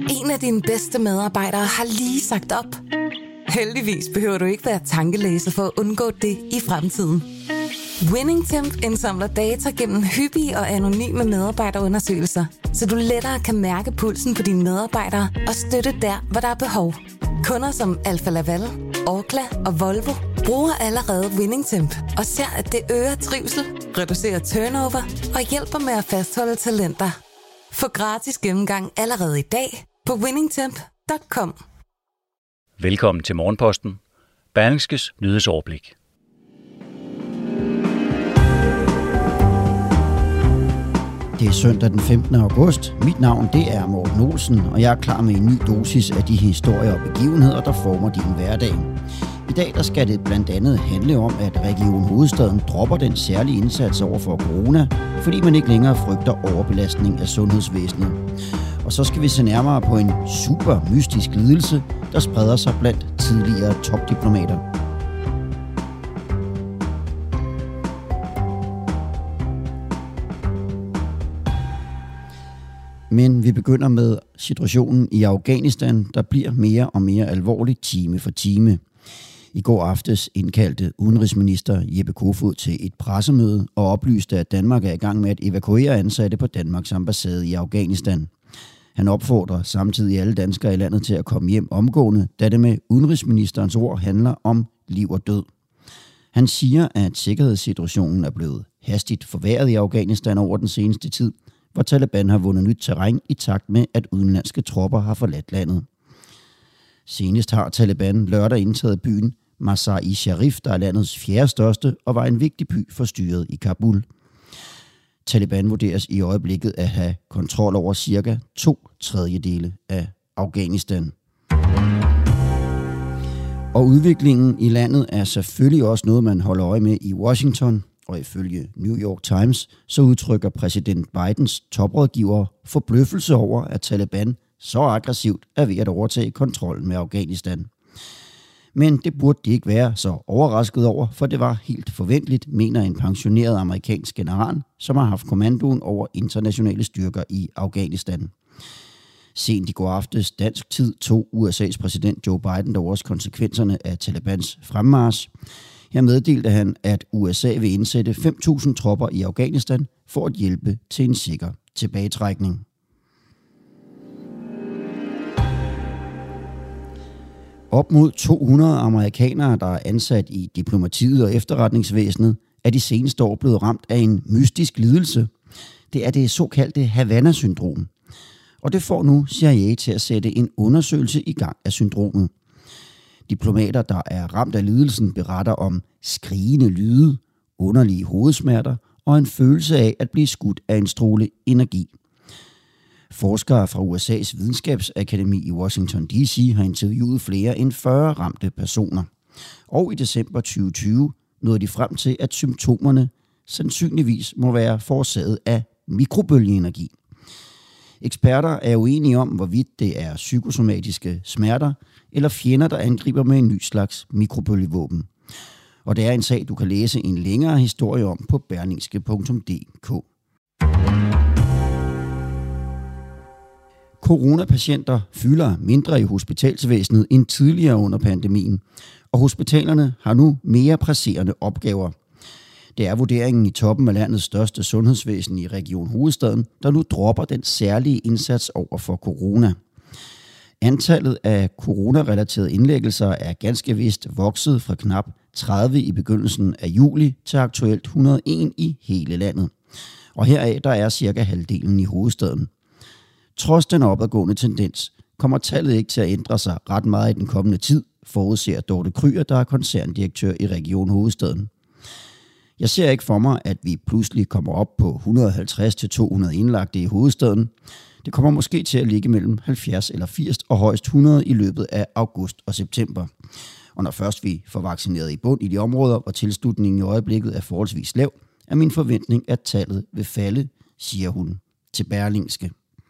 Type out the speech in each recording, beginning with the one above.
En af dine bedste medarbejdere har lige sagt op. Heldigvis behøver du ikke være tankelæser for at undgå det i fremtiden. WinningTemp indsamler data gennem hyppige og anonyme medarbejderundersøgelser, så du lettere kan mærke pulsen på dine medarbejdere og støtte der, hvor der er behov. Kunder som Alfa Laval, Orkla og Volvo bruger allerede WinningTemp og ser, at det øger trivsel, reducerer turnover og hjælper med at fastholde talenter. Få gratis gennemgang allerede i dag på winningtemp.com. Velkommen til Morgenposten, Berlingskes nyhedsoverblik. Det er søndag den 15. august. Mit navn det er Morten Olsen, og jeg er klar med en ny dosis af de historier og begivenheder, der former din hverdag. I dag der skal det blandt andet handle om, at Region Hovedstaden dropper den særlige indsats over for corona, fordi man ikke længere frygter overbelastning af sundhedsvæsenet. Og så skal vi se nærmere på en super mystisk lidelse, der spreder sig blandt tidligere topdiplomater. Men vi begynder med situationen i Afghanistan, der bliver mere og mere alvorlig time for time. I går aftes indkaldte udenrigsminister Jeppe Kofod til et pressemøde og oplyste, at Danmark er i gang med at evakuere ansatte på Danmarks ambassade i Afghanistan. Han opfordrer samtidig alle danskere i landet til at komme hjem omgående, da det med udenrigsministerens ord handler om liv og død. Han siger, at sikkerhedssituationen er blevet hastigt forværret i Afghanistan over den seneste tid, hvor Taliban har vundet nyt terræn i takt med, at udenlandske tropper har forladt landet. Senest har Taliban lørdag indtaget byen Mazar-i-Sharif, der er landets fjerde største og var en vigtig by for styret i Kabul. Taliban vurderes i øjeblikket at have kontrol over cirka 2/3 af Afghanistan. Og udviklingen i landet er selvfølgelig også noget, man holder øje med i Washington, og ifølge New York Times, så udtrykker præsident Bidens toprådgiver forbløffelse over, at Taliban så aggressivt er ved at overtage kontrollen med Afghanistan. Men det burde de ikke være så overrasket over, for det var helt forventeligt, mener en pensioneret amerikansk general, som har haft kommandoen over internationale styrker i Afghanistan. Sent i går aftes dansk tid tog USA's præsident Joe Biden dog også konsekvenserne af Talibans fremmarch. Her meddelte han, at USA vil indsætte 5.000 tropper i Afghanistan for at hjælpe til en sikker tilbagetrækning. Op mod 200 amerikanere, der er ansat i diplomatiet og efterretningsvæsenet, er de seneste år blevet ramt af en mystisk lidelse. Det er det såkaldte Havana-syndrom. Og det får nu CIA til at sætte en undersøgelse i gang af syndromet. Diplomater, der er ramt af lidelsen, beretter om skrigende lyde, underlige hovedsmerter og en følelse af at blive skudt af en stråle energi. Forskere fra USA's videnskabsakademi i Washington D.C. har interviewet flere end 40 ramte personer. Og i december 2020 nåede de frem til, at symptomerne sandsynligvis må være forårsaget af mikrobølgeenergi. Eksperter er uenige om, hvorvidt det er psykosomatiske smerter eller fjender, der angriber med en ny slags mikrobølgevåben. Og det er en sag, du kan læse en længere historie om på berlingske.dk. Coronapatienter fylder mindre i hospitalsvæsenet end tidligere under pandemien, og hospitalerne har nu mere presserende opgaver. Det er vurderingen i toppen af landets største sundhedsvæsen i Region Hovedstaden, der nu dropper den særlige indsats over for corona. Antallet af coronarelaterede indlæggelser er ganske vist vokset fra knap 30 i begyndelsen af juli til aktuelt 101 i hele landet. Og heraf der er cirka halvdelen i hovedstaden. Trods den opadgående tendens kommer tallet ikke til at ændre sig ret meget i den kommende tid, forudser Dorte Kryer, der er koncerndirektør i Region Hovedstaden. Jeg ser ikke for mig, at vi pludselig kommer op på 150-200 indlagte i hovedstaden. Det kommer måske til at ligge mellem 70 eller 80 og højst 100 i løbet af august og september. Og når først vi får vaccineret i bund i de områder, hvor tilslutningen i øjeblikket er forholdsvis lav, er min forventning, at tallet vil falde, siger hun til Berlingske.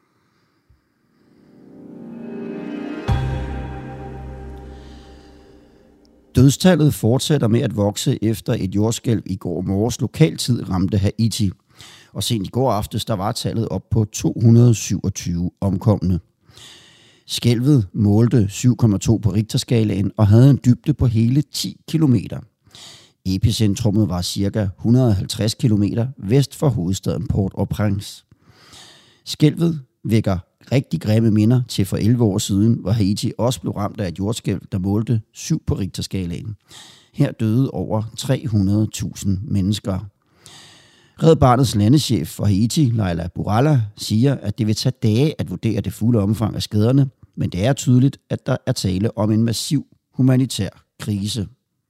Dødstallet fortsætter med at vokse efter et jordskælv i går morges lokaltid ramte Haiti. Og sent i går aftes, der var tallet op på 227 omkomne. Skælvet målte 7,2 på Richterskalaen og havde en dybde på hele 10 kilometer. Epicentrummet var ca. 150 kilometer vest for hovedstaden Port-au-Prince. Skælvet vækker rigtig grimme minder til for 11 år siden, hvor Haiti også blev ramt af et jordskælv, der målte 7 på Richterskalaen. Her døde over 300.000 mennesker. Red Barnets landeschef for Haiti, Laila Burala, siger, at det vil tage dage at vurdere det fulde omfang af skaderne, men det er tydeligt, at der er tale om en massiv humanitær krise.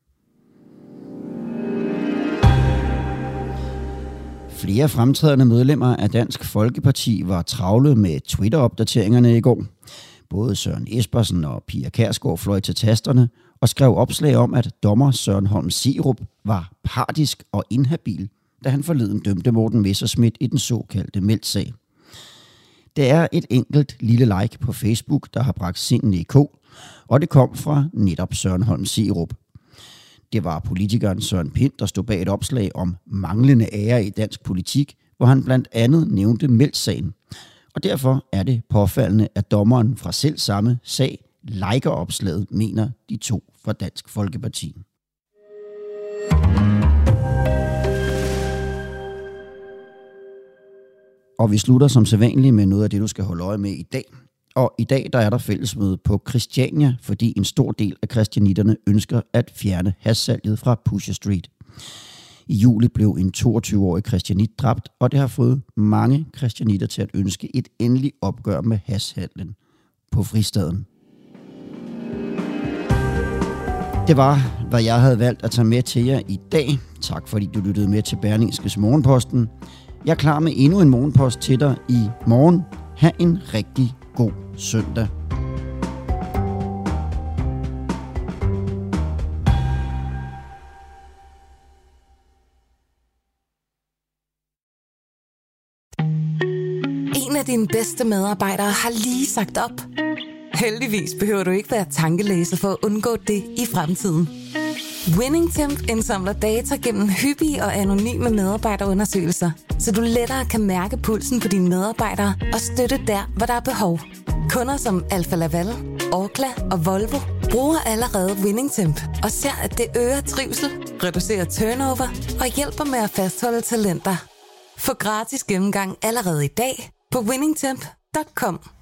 Flere fremtrædende medlemmer af Dansk Folkeparti var travle med Twitter-opdateringerne i går. Både Søren Espersen og Pia Kjærsgaard fløj til tasterne og skrev opslag om, at dommer Søren Holm Serup var partisk og inhabil, da han forleden dømte Morten Messerschmidt i den såkaldte Meldt-sag. Det er et enkelt lille like på Facebook, der har bragt sindene i kog, og det kom fra netop Søren Holm Serup. Det var politikeren Søren Pind, der stod bag et opslag om manglende ære i dansk politik, hvor han blandt andet nævnte Meldt-sagen. Og derfor er det påfaldende, at dommeren fra selv samme sag liker opslaget, mener de to fra Dansk Folkeparti. Og vi slutter som sædvanligt med noget af det, du skal holde øje med i dag. Og i dag der er der fællesmøde på Christiania, fordi en stor del af christianitterne ønsker at fjerne hashsalget fra Pusher Street. I juli blev en 22-årig christianit dræbt, og det har fået mange christianitter til at ønske et endeligt opgør med hashhandlen på fristaden. Det var, hvad jeg havde valgt at tage med til jer i dag. Tak fordi du lyttede med til Berlingskes Morgenposten. Jeg er klar med endnu en morgenpost til dig i morgen. Ha' en rigtig god søndag. En af dine bedste medarbejdere har lige sagt op. Heldigvis behøver du ikke være tankelæser for at undgå det i fremtiden. WinningTemp indsamler data gennem hyppige og anonyme medarbejderundersøgelser, så du lettere kan mærke pulsen på dine medarbejdere og støtte der, hvor der er behov. Kunder som Alfa Laval, Orkla og Volvo bruger allerede WinningTemp og ser, at det øger trivsel, reducerer turnover og hjælper med at fastholde talenter. Få gratis gennemgang allerede i dag på winningtemp.com.